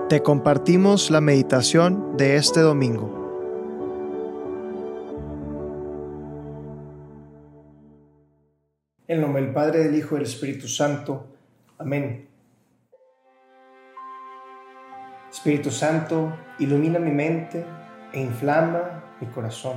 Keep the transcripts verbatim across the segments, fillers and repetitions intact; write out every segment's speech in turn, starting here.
Te compartimos la meditación de este domingo. En el nombre del Padre, del Hijo y del Espíritu Santo. Amén. Espíritu Santo, ilumina mi mente e inflama mi corazón.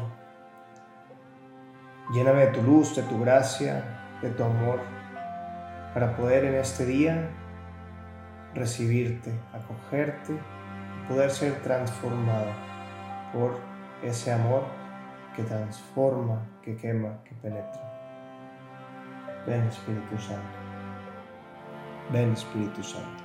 Lléname de tu luz, de tu gracia, de tu amor, para poder en este día recibirte, acogerte y poder ser transformado por ese amor que transforma, que quema, que penetra. Ven, Espíritu Santo. Ven, Espíritu Santo.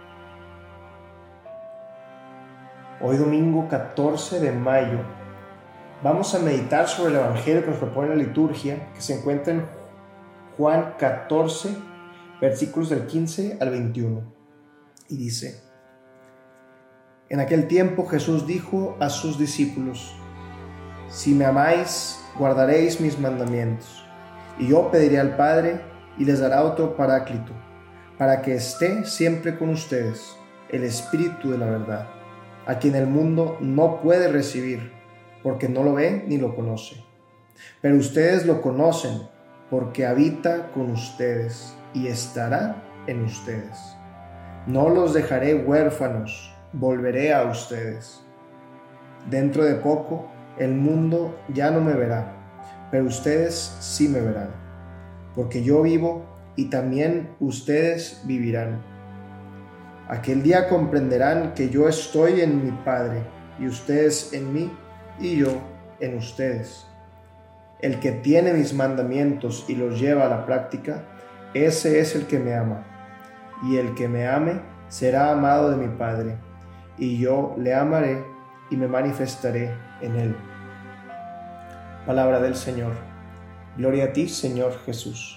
Hoy domingo catorce de mayo vamos a meditar sobre el Evangelio que nos propone la liturgia, que se encuentra en Juan catorce, versículos del quince al veintiuno. Y dice: En aquel tiempo Jesús dijo a sus discípulos: Si me amáis, guardaréis mis mandamientos. Y yo pediré al Padre, y les dará otro Paráclito, para que esté siempre con ustedes, el Espíritu de la verdad, a quien el mundo no puede recibir, porque no lo ve ni lo conoce. Pero ustedes lo conocen, porque habita con ustedes y estará en ustedes. No los dejaré huérfanos, volveré a ustedes. Dentro de poco, el mundo ya no me verá, pero ustedes sí me verán, porque yo vivo y también ustedes vivirán. Aquel día comprenderán que yo estoy en mi Padre, y ustedes en mí, y yo en ustedes. El que tiene mis mandamientos y los lleva a la práctica, ese es el que me ama. Y el que me ame será amado de mi Padre, y yo le amaré y me manifestaré en él. Palabra del Señor. Gloria a ti, Señor Jesús.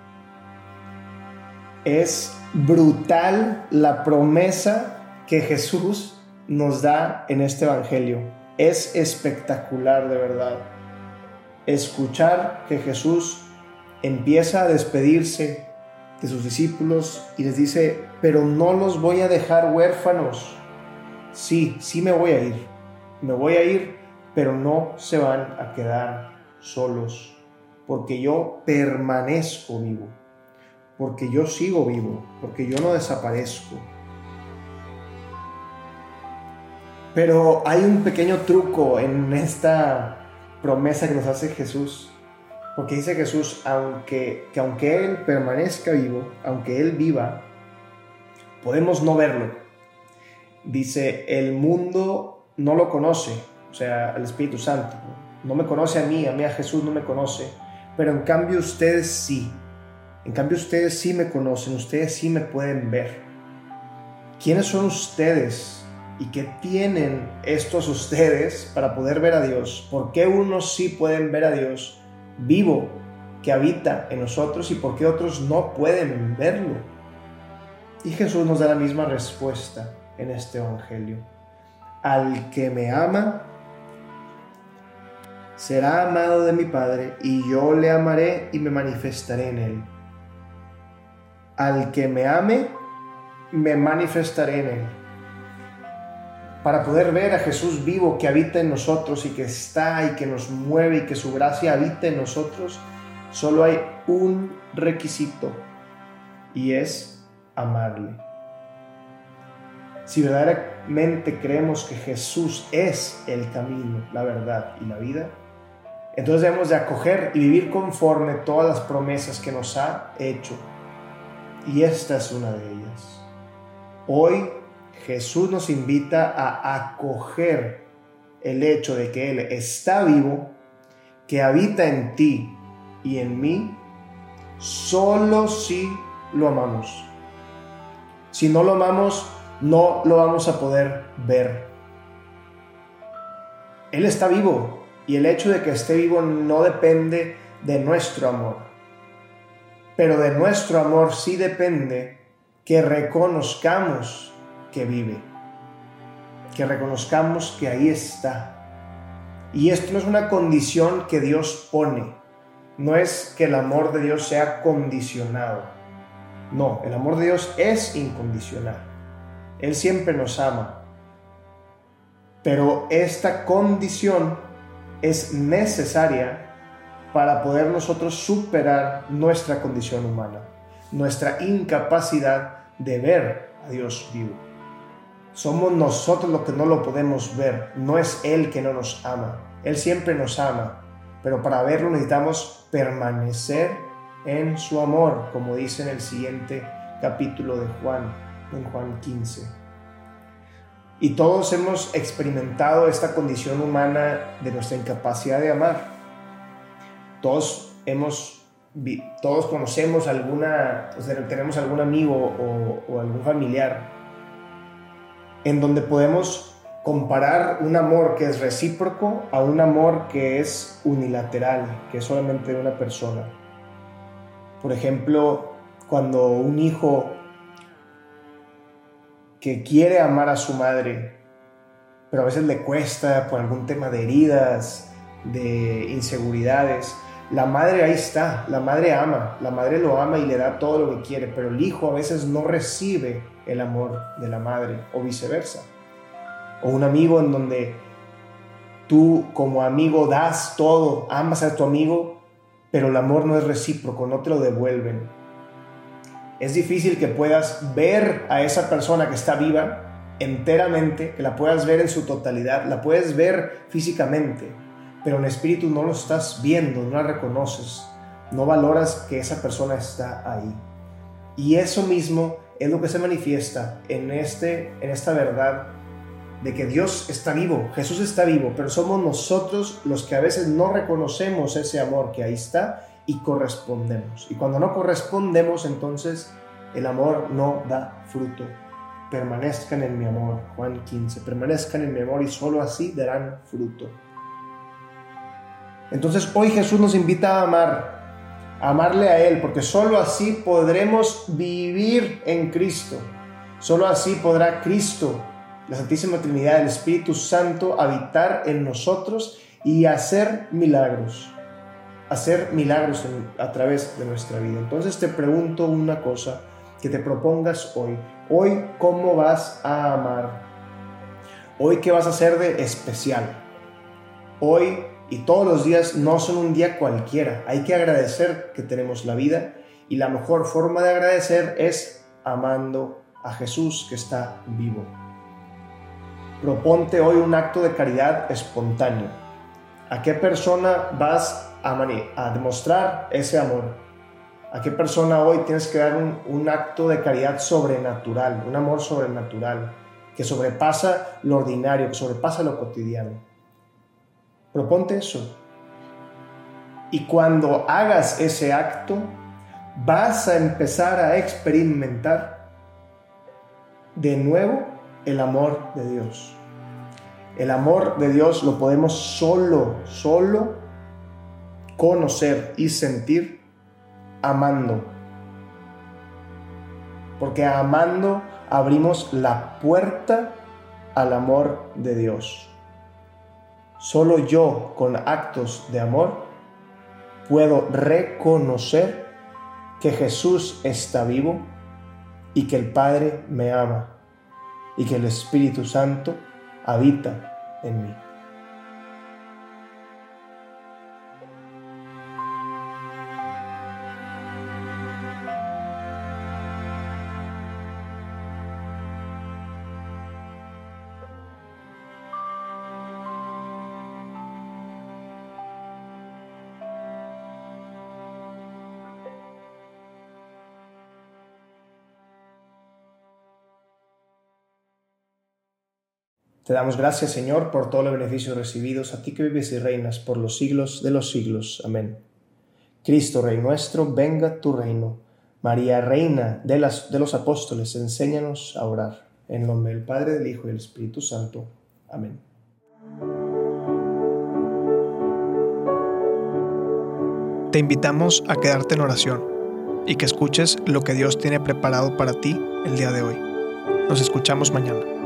Es brutal la promesa que Jesús nos da en este Evangelio. Es espectacular, de verdad. Escuchar que Jesús empieza a despedirse de sus discípulos y les dice: pero no los voy a dejar huérfanos. Sí, sí me voy a ir. Me voy a ir, pero no se van a quedar solos, porque yo permanezco vivo, porque yo sigo vivo, porque yo no desaparezco. Pero hay un pequeño truco en esta promesa que nos hace Jesús, porque dice Jesús aunque, que aunque Él permanezca vivo, aunque Él viva, podemos no verlo. Dice: el mundo no lo conoce, o sea, el Espíritu Santo no me conoce a mí, a mí a Jesús no me conoce, pero en cambio ustedes sí, en cambio ustedes sí me conocen, ustedes sí me pueden ver. ¿Quiénes son ustedes? ¿Y qué tienen estos ustedes para poder ver a Dios? ¿Por qué unos sí pueden ver a Dios vivo, que habita en nosotros, y por qué otros no pueden verlo? Y Jesús nos da la misma respuesta en este Evangelio. Al que me ama, será amado de mi Padre, y yo le amaré y me manifestaré en él. Al que me ame, me manifestaré en él. Para poder ver a Jesús vivo, que habita en nosotros y que está y que nos mueve y que su gracia habita en nosotros, solo hay un requisito, y es amarle. Si verdaderamente creemos que Jesús es el camino, la verdad y la vida, entonces debemos de acoger y vivir conforme todas las promesas que nos ha hecho. Y esta es una de ellas. Hoy Jesús nos invita a acoger el hecho de que Él está vivo, que habita en ti y en mí, solo si lo amamos. Si no lo amamos, no lo vamos a poder ver. Él está vivo, y el hecho de que esté vivo no depende de nuestro amor. Pero de nuestro amor sí depende que reconozcamos que vive, que reconozcamos que ahí está. Y esto no es una condición que Dios pone, no es que el amor de Dios sea condicionado. No, el amor de Dios es incondicional. Él siempre nos ama. Pero esta condición es necesaria para poder nosotros superar nuestra condición humana, nuestra incapacidad de ver a Dios vivo. Somos nosotros los que no lo podemos ver, no es Él que no nos ama. Él siempre nos ama, pero para verlo necesitamos permanecer en su amor, como dice en el siguiente capítulo de Juan, en Juan quince. Y todos hemos experimentado esta condición humana de nuestra incapacidad de amar. Todos hemos, todos conocemos alguna, o sea, tenemos algún amigo o, o algún familiar en donde podemos comparar un amor que es recíproco a un amor que es unilateral, que es solamente de una persona. Por ejemplo, cuando un hijo que quiere amar a su madre, pero a veces le cuesta por algún tema de heridas, de inseguridades, la madre ahí está, la madre ama, la madre lo ama y le da todo lo que quiere, pero el hijo a veces no recibe el amor de la madre o viceversa. O un amigo en donde tú como amigo das todo, amas a tu amigo, pero el amor no es recíproco, no te lo devuelven. Es difícil que puedas ver a esa persona que está viva enteramente, que la puedas ver en su totalidad, la puedes ver físicamente, pero en espíritu no lo estás viendo, no la reconoces, no valoras que esa persona está ahí. Y eso mismo es lo que se manifiesta en, este, en esta verdad de que Dios está vivo, Jesús está vivo, pero somos nosotros los que a veces no reconocemos ese amor que ahí está y correspondemos. Y cuando no correspondemos, entonces el amor no da fruto. Permanezcan en mi amor, Juan quince, permanezcan en mi amor y solo así darán fruto. Entonces hoy Jesús nos invita a amar, a amarle a Él, porque solo así podremos vivir en Cristo. Solo así podrá Cristo, la Santísima Trinidad, el Espíritu Santo, habitar en nosotros y hacer milagros, hacer milagros en, a través de nuestra vida. Entonces te pregunto una cosa, que te propongas hoy. Hoy, ¿cómo vas a amar? Hoy, ¿qué vas a hacer de especial? Hoy y todos los días no son un día cualquiera. Hay que agradecer que tenemos la vida y la mejor forma de agradecer es amando a Jesús que está vivo. Proponte hoy un acto de caridad espontáneo. ¿A qué persona vas a, mani- a demostrar ese amor? ¿A qué persona hoy tienes que dar un, un acto de caridad sobrenatural, un amor sobrenatural, que sobrepasa lo ordinario, que sobrepasa lo cotidiano? Proponte eso. Y cuando hagas ese acto, vas a empezar a experimentar de nuevo el amor de Dios. El amor de Dios lo podemos solo, solo conocer y sentir amando. Porque amando abrimos la puerta al amor de Dios. Solo yo, con actos de amor, puedo reconocer que Jesús está vivo y que el Padre me ama y que el Espíritu Santo habita en mí. Te damos gracias, Señor, por todos los beneficios recibidos, a ti que vives y reinas por los siglos de los siglos. Amén. Cristo, Rey nuestro, venga tu reino. María, Reina de, las, de los apóstoles, enséñanos a orar. En nombre del Padre, del Hijo y del Espíritu Santo. Amén. Te invitamos a quedarte en oración y que escuches lo que Dios tiene preparado para ti el día de hoy. Nos escuchamos mañana.